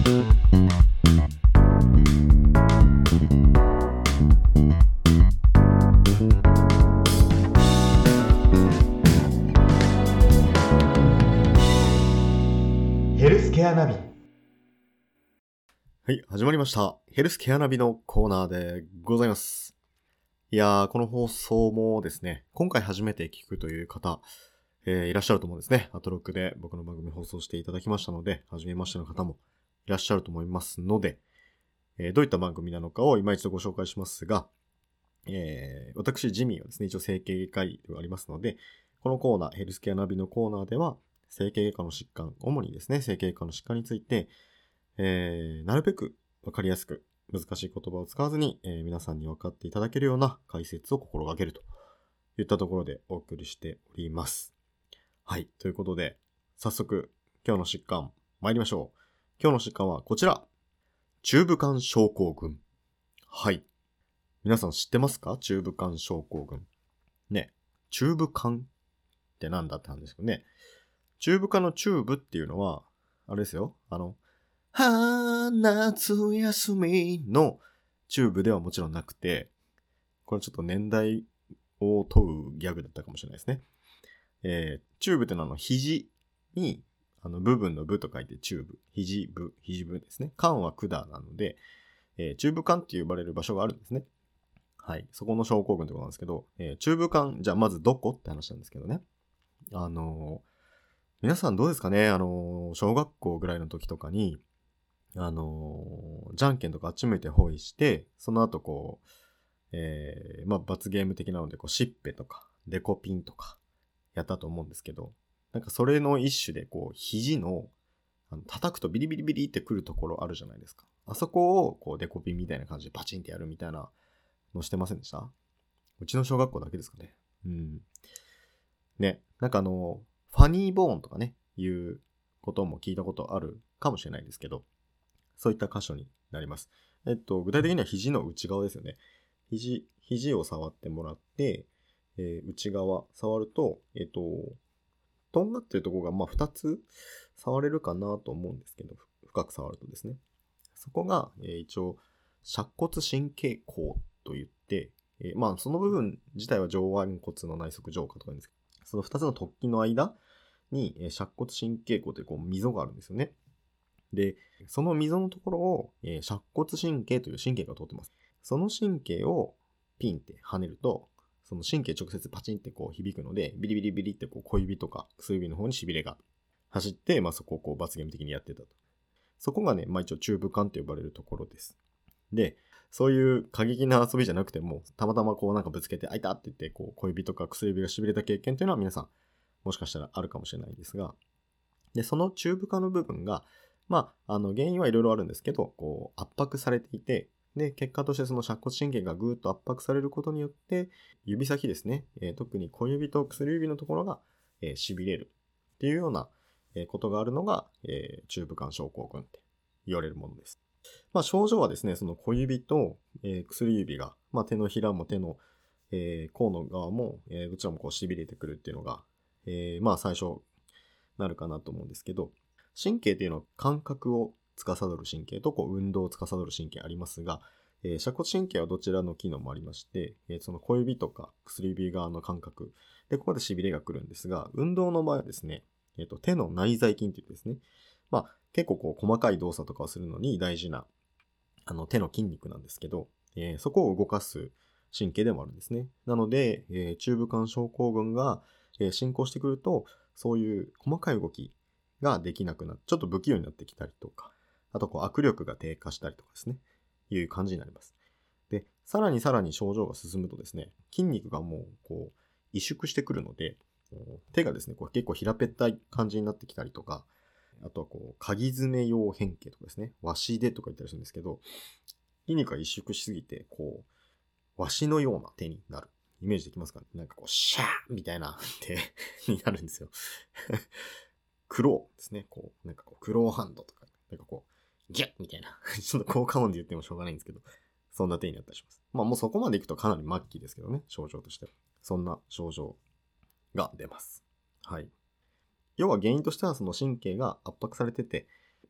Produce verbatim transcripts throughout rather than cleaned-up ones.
ヘルスケアナビ。 はい、始まりました。ヘルスケアナビのコーナーでございます。いやー、この放送もですね、今回初めて聞くという方、えー、いらっしゃると思うんですね。アトロックで僕の番組放送していただきましたので、初めましての方もいらっしゃると思いますので、えー、どういった番組なのかを今一度ご紹介しますが、えー、私、ジミーはですね、一応整形外科医ではありますので、このコーナー、ヘルスケアナビのコーナーでは、整形外科の疾患、主にですね、整形外科の疾患について、えー、なるべくわかりやすく、難しい言葉を使わずに、えー、皆さんに分かっていただけるような解説を心がけるといったところでお送りしております。はい。ということで、早速、今日の疾患、参りましょう。今日の疾患はこちら。中部間症候群。はい。皆さん知ってますか？中部間症候群。ね。中部間ってなんだって話ですけどね。中部間の中部っていうのは、あれですよ。あの、はー、夏休みのチューブではもちろんなくて、これちょっと年代を問うギャグだったかもしれないですね。えー、チューブってのはあの、肘に、あの、部分の部と書いてチューブ。肘部、肘部ですね。間は管なので、えー、中部間って呼ばれる場所があるんですね。はい。そこの症候群ってことなんですけど、えー、中部間、じゃあまずどこって話なんですけどね。あのー、皆さんどうですかね？あのー、小学校ぐらいの時とかに、あのー、じゃんけんとかあっち向いてホイして、その後こう、えー、まあ、罰ゲーム的なので、こう、シッペとか、デコピンとか、やったと思うんですけど、なんかそれの一種で、こう、肘の、あの、叩くとビリビリビリってくるところあるじゃないですか。あそこを、こう、デコピンみたいな感じでパチンってやるみたいなのしてませんでした？うちの小学校だけですかね。うん。ね、なんかあの、ファニーボーンとかね、いうことも聞いたことあるかもしれないですけど、そういった箇所になります。えっと、具体的には肘の内側ですよね。肘、肘を触ってもらって、えー、内側、触ると、えっと、とんがってるところが、まあ、二つ触れるかなと思うんですけど、深く触るとですね。そこが、えー、一応、尺骨神経孔といって、えー、まあ、その部分自体は上腕骨の内側上下とか言うんですけど、その二つの突起の間に、えー、尺骨神経孔というこう溝があるんですよね。で、その溝のところを、えー、尺骨神経という神経が通ってます。その神経をピンって跳ねると、その神経直接パチンってこう響くので、ビリビリビリってこう小指とか薬指の方に痺れが走って、まあ、そこをこう罰ゲーム的にやってたと。そこがね、まあ、一応中部間と呼ばれるところです。で、そういう過激な遊びじゃなくても、たまたまこうなんかぶつけて、あいたって言って、こう小指とか薬指が痺れた経験というのは皆さん、もしかしたらあるかもしれないんですが、で、その中部間の部分が、まあ、あの、原因はいろいろあるんですけど、こう、圧迫されていて、で、結果としてその尺骨神経がぐーっと圧迫されることによって、指先ですね、えー、特に小指と薬指のところが、えー、痺れるっていうような、えー、ことがあるのが、えー、中部間症候群って言われるものです。まあ、症状はですね、その小指と、えー、薬指が、まあ、手のひらも手の、えー、甲の側も、えー、どちらもこう痺れてくるっていうのが、えー、まあ、最初、なるかなと思うんですけど、神経っていうのは感覚を司る神経とこう運動を司る神経ありますが、えー、尺骨神経はどちらの機能もありまして、えー、その小指とか薬指側の感覚でここで痺れが来るんですが、運動の場合はですね、えーと、手の内在筋って言ってですね、まあ結構こう細かい動作とかをするのに大事なあの手の筋肉なんですけど、えー、そこを動かす神経でもあるんですね。なので、えー、中部間症候群が、えー、進行してくると、そういう細かい動きができなくなって、ちょっと不器用になってきたりとか、あとこう握力が低下したりとかですね、いう感じになります。で、さらにさらに症状が進むとですね、筋肉がもうこう萎縮してくるので、手がですね、こう結構平べったい感じになってきたりとか、あとはこう、鍵爪用変形とかですね、和紙でとか言ったりするんですけど、筋肉が萎縮しすぎて、こう、和紙のような手になる。イメージできますかね？なんかこう、シャーみたいな手になるんですよ。クローですね。こう、なんかこう、クローハンドとか、なんかこう、ギュッみたいな。ちょっと効果音で言ってもしょうがないんですけど、そんな手になったりします。まあもうそこまでいくとかなり末期ですけどね、症状として。そんな症状が出ます。はい。要は原因としてはその神経が圧迫されてて、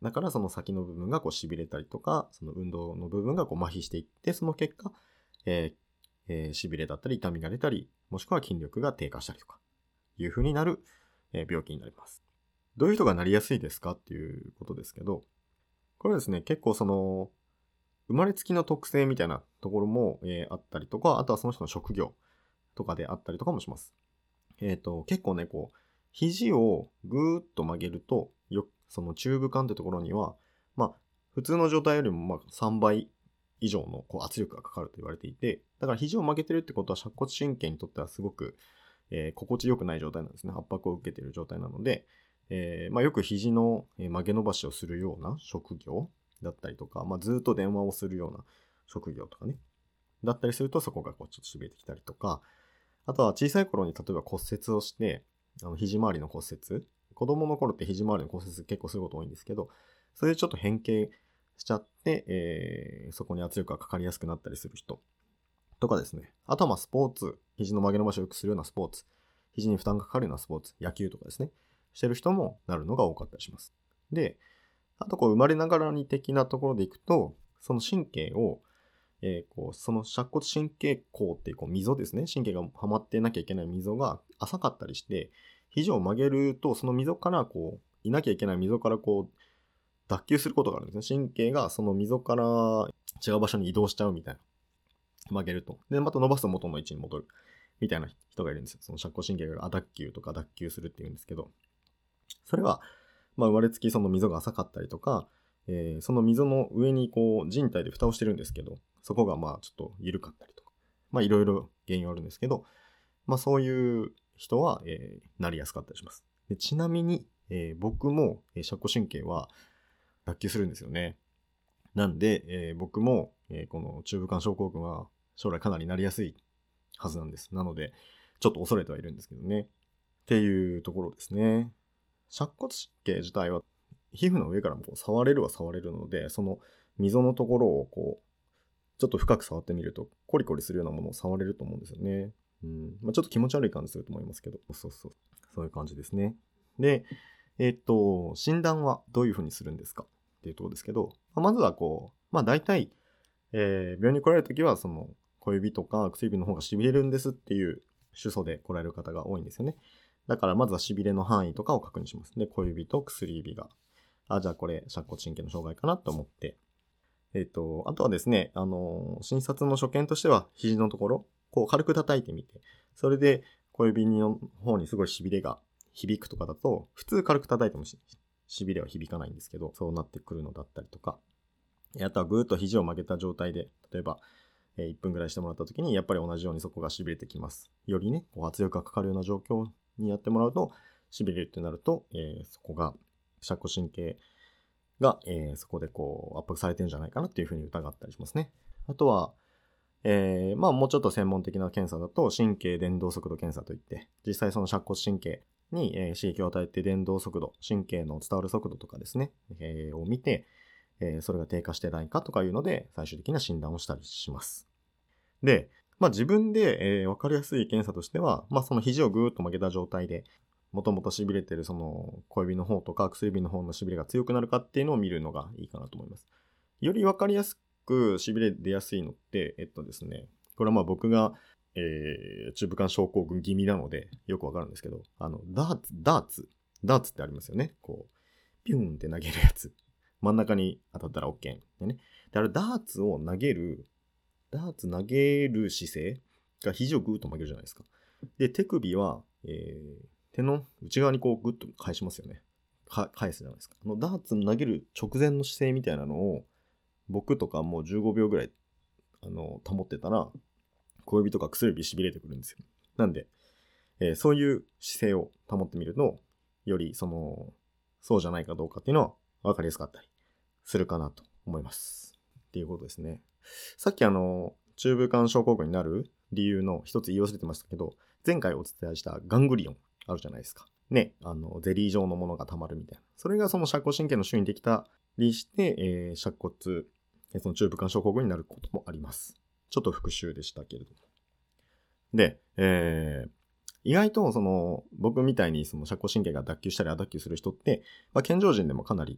だからその先の部分がこう痺れたりとか、その運動の部分がこう麻痺していって、その結果、えーえー、痺れだったり痛みが出たり、もしくは筋力が低下したりとか、いう風になる、えー、病気になります。どういう人がなりやすいですかっていうことですけど、これはですね、結構その、生まれつきの特性みたいなところも、えー、あったりとか、あとはその人の職業とかであったりとかもします。えっと、結構ね、こう、肘をぐーっと曲げると、よ、その中部管ってところには、まあ、普通の状態よりもまあさんばい以上のこう圧力がかかると言われていて、だから肘を曲げてるってことは尺骨神経にとってはすごく、えー、心地よくない状態なんですね。圧迫を受けている状態なので、えーまあ、よく肘の曲げ伸ばしをするような職業だったりとか、まあ、ずっと電話をするような職業とかね、だったりするとそこがこうちょっと痺れてきたりとか、あとは小さい頃に例えば骨折をして、あの肘周りの骨折、子供の頃って肘周りの骨折結構すること多いんですけど、それでちょっと変形しちゃって、えー、そこに圧力がかかりやすくなったりする人とかですね。あとはまあスポーツ、肘の曲げ伸ばしをよくするようなスポーツ、肘に負担がかかるようなスポーツ、野球とかですね、してる人もなるのが多かったりします。で、あとこう生まれながらに的なところでいくと、その神経を、えー、こうその尺骨神経孔っていうこう溝ですね、神経がはまってなきゃいけない溝が浅かったりして、肘を曲げるとその溝からこういなきゃいけない溝からこう脱臼することがあるんですね。神経がその溝から違う場所に移動しちゃうみたいな。曲げると。で、また伸ばすと元の位置に戻る。みたいな人がいるんですよ。その尺骨神経がアダッキューとか脱臼するっていうんですけど。それは、まあ生まれつきその溝が浅かったりとか、えー、その溝の上にこう人体で蓋をしてるんですけど、そこがまあちょっと緩かったりとか。まあいろいろ原因はあるんですけど、まあそういう人は、えー、なりやすかったりします。でちなみに、えー、僕も、えー、尺骨神経は脱臼するんですよね。なんで、えー、僕も、えー、この中部管症候群は将来かなりなりやすいはずなんです。なので、ちょっと恐れてはいるんですけどね。っていうところですね。尺骨神経自体は皮膚の上からもこう触れるは触れるので、その溝のところをこう、ちょっと深く触ってみると、コリコリするようなものを触れると思うんですよね。うんまあ、ちょっと気持ち悪い感じすると思いますけど、そうそう。そういう感じですね。で、えー、っと、診断はどういうふうにするんですかっていうところですけど、まあ、まずはこう、まあ大体、えー、病院に来られるときは、その、小指とか薬指の方が痺れるんですっていう主訴で来られる方が多いんですよね。だからまずは痺れの範囲とかを確認します。で、小指と薬指が、あ、じゃあこれ、尺骨神経の障害かなと思って、えっと、あとはですね、あのー、診察の所見としては、肘のところ、こう軽く叩いてみて、それで小指の方にすごい痺れが響くとかだと、普通軽く叩いてもし痺れは響かないんですけど、そうなってくるのだったりとか、あとはぐーっと肘を曲げた状態で、例えば、えー、いっぷんぐらいしてもらった時に、やっぱり同じようにそこが痺れてきます。よりね、こう圧力がかかるような状況にやってもらうと、痺れるってなると、えー、そこが、尺骨神経が、えー、そこでこう圧迫されてるんじゃないかなっていうふうに疑ったりしますね。あとは、えー、まあもうちょっと専門的な検査だと神経伝導速度検査といって、実際その尺骨神経に、えー、刺激を与えて伝導速度、神経の伝わる速度とかですね、えー、を見て、えー、それが低下してないかとかいうので最終的な診断をしたりします。で、まあ自分で、えー、分かりやすい検査としては、まあその肘をぐーっと曲げた状態で、もともと痺れてるその小指の方とか薬指の方の痺れが強くなるかっていうのを見るのがいいかなと思います。より分かりやすく痺れ出やすいのって、えっとですね、これはまあ僕が、えー、中部管症候群気味なのでよくわかるんですけど、あの、ダーツ、ダーツ、ダーツってありますよね。こう、ピューンって投げるやつ。真ん中に当たったら OK でね。で、あれダーツを投げる、ダーツ投げる姿勢が肘をグーッと曲げるじゃないですか。で、手首は、えー、手の内側にこうグッと返しますよね。か返すじゃないですか。あのダーツ投げる直前の姿勢みたいなのを僕とかもうじゅうごびょうぐらいあの保ってたら小指とか薬指しびれてくるんですよ。なんで、えー、そういう姿勢を保ってみるとよりそのそうじゃないかどうかっていうのは分かりやすかったりするかなと思いますっていうことですね。さっきあの中部管症候群になる理由の一つ言い忘れてましたけど、前回お伝えしたガングリオンあるじゃないですか。ね、あのゼリー状のものが溜まるみたいな。それがその尺骨神経の周囲にできたりして、えー、尺骨、その中部管症候群になることもあります。ちょっと復習でしたけれども。で、えー、意外とその僕みたいにその尺骨神経が脱臼したりア脱臼する人って、まあ、健常人でもかなり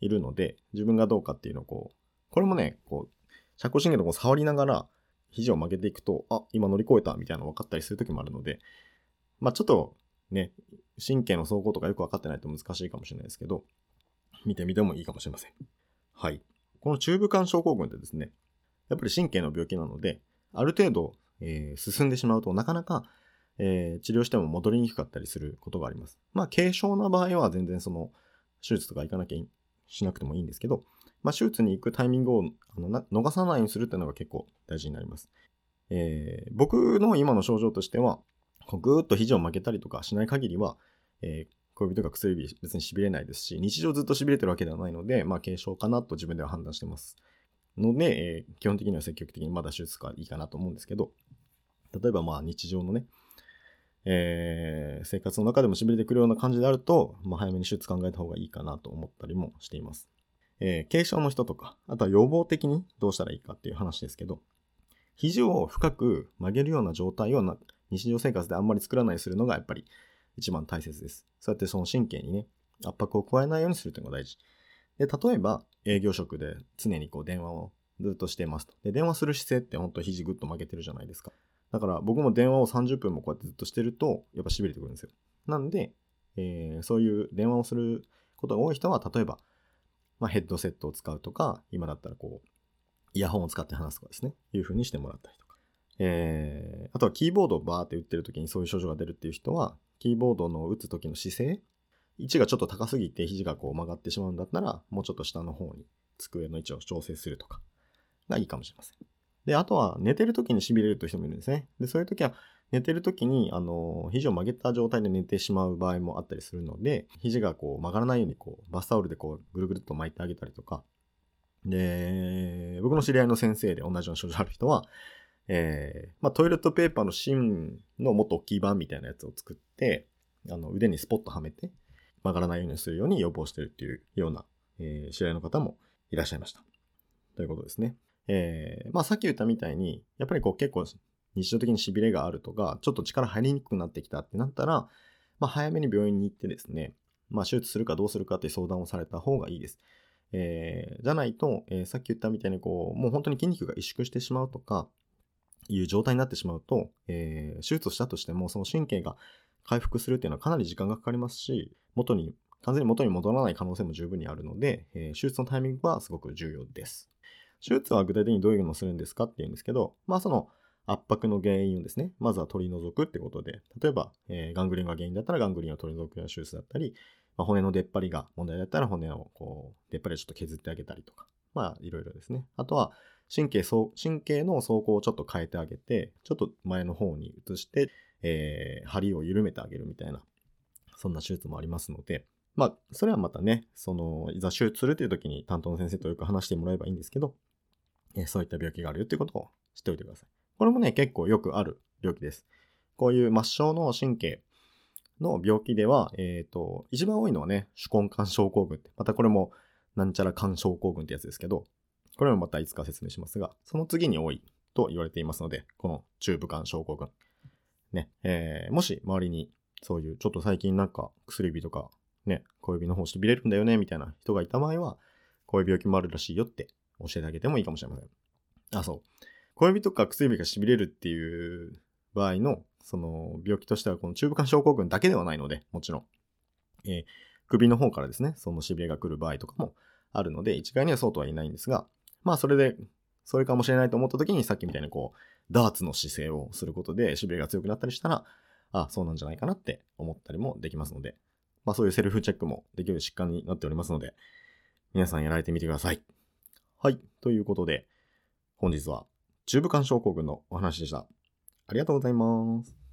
いるので、自分がどうかっていうのをこう、これもね、こう、社交神経のこう触りながら、肘を曲げていくと、あ、今乗り越えたみたいなの分かったりするときもあるので、まあちょっとね、神経の走行とかよく分かってないと難しいかもしれないですけど、見てみてもいいかもしれません。はい。この中部間症候群ってですね、やっぱり神経の病気なので、ある程度、えー、進んでしまうとなかなか、えー、治療しても戻りにくかったりすることがあります。まあ軽症な場合は全然その手術とか行かなきゃしなくてもいいんですけど、まあ手術に行くタイミングをあのな逃さないようにするっていうのが結構大事になります。えー、僕の今の症状としては、こうぐーっと肘を曲げたりとかしない限りは、えー、小指とか薬指別に痺れないですし、日常ずっと痺れてるわけではないので、まあ軽症かなと自分では判断してます。ので、えー、基本的には積極的にまだ手術がいいかなと思うんですけど、例えばまあ日常のね、えー、生活の中でも痺れてくるような感じであると、まあ、早めに手術考えた方がいいかなと思ったりもしています。えー、軽症の人とか、あとは予防的にどうしたらいいかっていう話ですけど、肘を深く曲げるような状態をな日常生活であんまり作らないようにするのがやっぱり一番大切です。そうやってその神経にね、圧迫を加えないようにするというのが大事。で、例えば営業職で常にこう電話をずっとしていますと。で、電話する姿勢って本当肘ぐっと曲げてるじゃないですか。だから僕も電話をさんじゅっぷんもこうやってずっとしてると、やっぱ痺れてくるんですよ。なんで、えー、そういう電話をすることが多い人は、例えば、まあ、ヘッドセットを使うとか、今だったらこう、イヤホンを使って話すとかですね、いう風にしてもらったりとか。えー、あとはキーボードをバーって打ってる時にそういう症状が出るっていう人は、キーボードの打つ時の姿勢、位置がちょっと高すぎて肘がこう曲がってしまうんだったら、もうちょっと下の方に机の位置を調整するとかがいいかもしれません。で、あとは寝てる時に痺れるという人もいるんですね。で、そういう時は寝てる時に、あの、肘を曲げた状態で寝てしまう場合もあったりするので、肘がこう曲がらないようにこうバスタオルでこうぐるぐるっと巻いてあげたりとか。で、僕の知り合いの先生で同じような症状ある人は、えー、まあトイレットペーパーの芯のもっと大きい版みたいなやつを作って、あの腕にスポッとはめて曲がらないようにするように予防してるっていうような、えー、知り合いの方もいらっしゃいました。ということですね。えー、まあさっき言ったみたいに、やっぱりこう結構日常的に痺れがあるとか、ちょっと力入りにくくなってきたってなったら、まあ早めに病院に行ってですね、まあ手術するかどうするかって相談をされた方がいいです。えー、じゃないと、えー、さっき言ったみたいにこう、もう本当に筋肉が萎縮してしまうとか、いう状態になってしまうと、えー、手術をしたとしても、その神経が回復するっていうのはかなり時間がかかりますし、元に、完全に元に戻らない可能性も十分にあるので、えー、手術のタイミングはすごく重要です。手術は具体的にどういうのをするんですかっていうんですけど、まあその圧迫の原因をですね、まずは取り除くってことで、例えば、えー、ガングリンが原因だったらガングリンを取り除くような手術だったり、まあ、骨の出っ張りが問題だったら骨をこう、出っ張りをちょっと削ってあげたりとか、まあいろいろですね。あとは、神経、神経の走行をちょっと変えてあげて、ちょっと前の方に移して、えー、針を緩めてあげるみたいな、そんな手術もありますので、まあ、それはまたね、その、いざ手術するという時に担当の先生とよく話してもらえばいいんですけど、えー、そういった病気があるよということを知っておいてください。これもね、結構よくある病気です。こういう末梢の神経の病気では、えっと、一番多いのはね、手根管症候群って、またこれもなんちゃら管症候群ってやつですけど、これもまたいつか説明しますが、その次に多いと言われていますので、この中部間症候群。ね、えー、もし周りにそういうちょっと最近なんか薬指とかね、小指の方痺れるんだよねみたいな人がいた場合は、こういう病気もあるらしいよって教えてあげてもいいかもしれません。あ、そう。小指とか薬指が痺れるっていう場合のその病気としてはこの中部間症候群だけではないので、もちろん。えー、首の方からですね、その痺れが来る場合とかもあるので、一概にはそうとは言えないんですが、まあそれで、それかもしれないと思った時にさっきみたいにこう、ダーツの姿勢をすることで痺れが強くなったりしたら、あ、そうなんじゃないかなって思ったりもできますので、まあそういうセルフチェックもできる疾患になっておりますので、皆さんやられてみてください。はい。ということで、本日は中部間症候群のお話でした。ありがとうございます。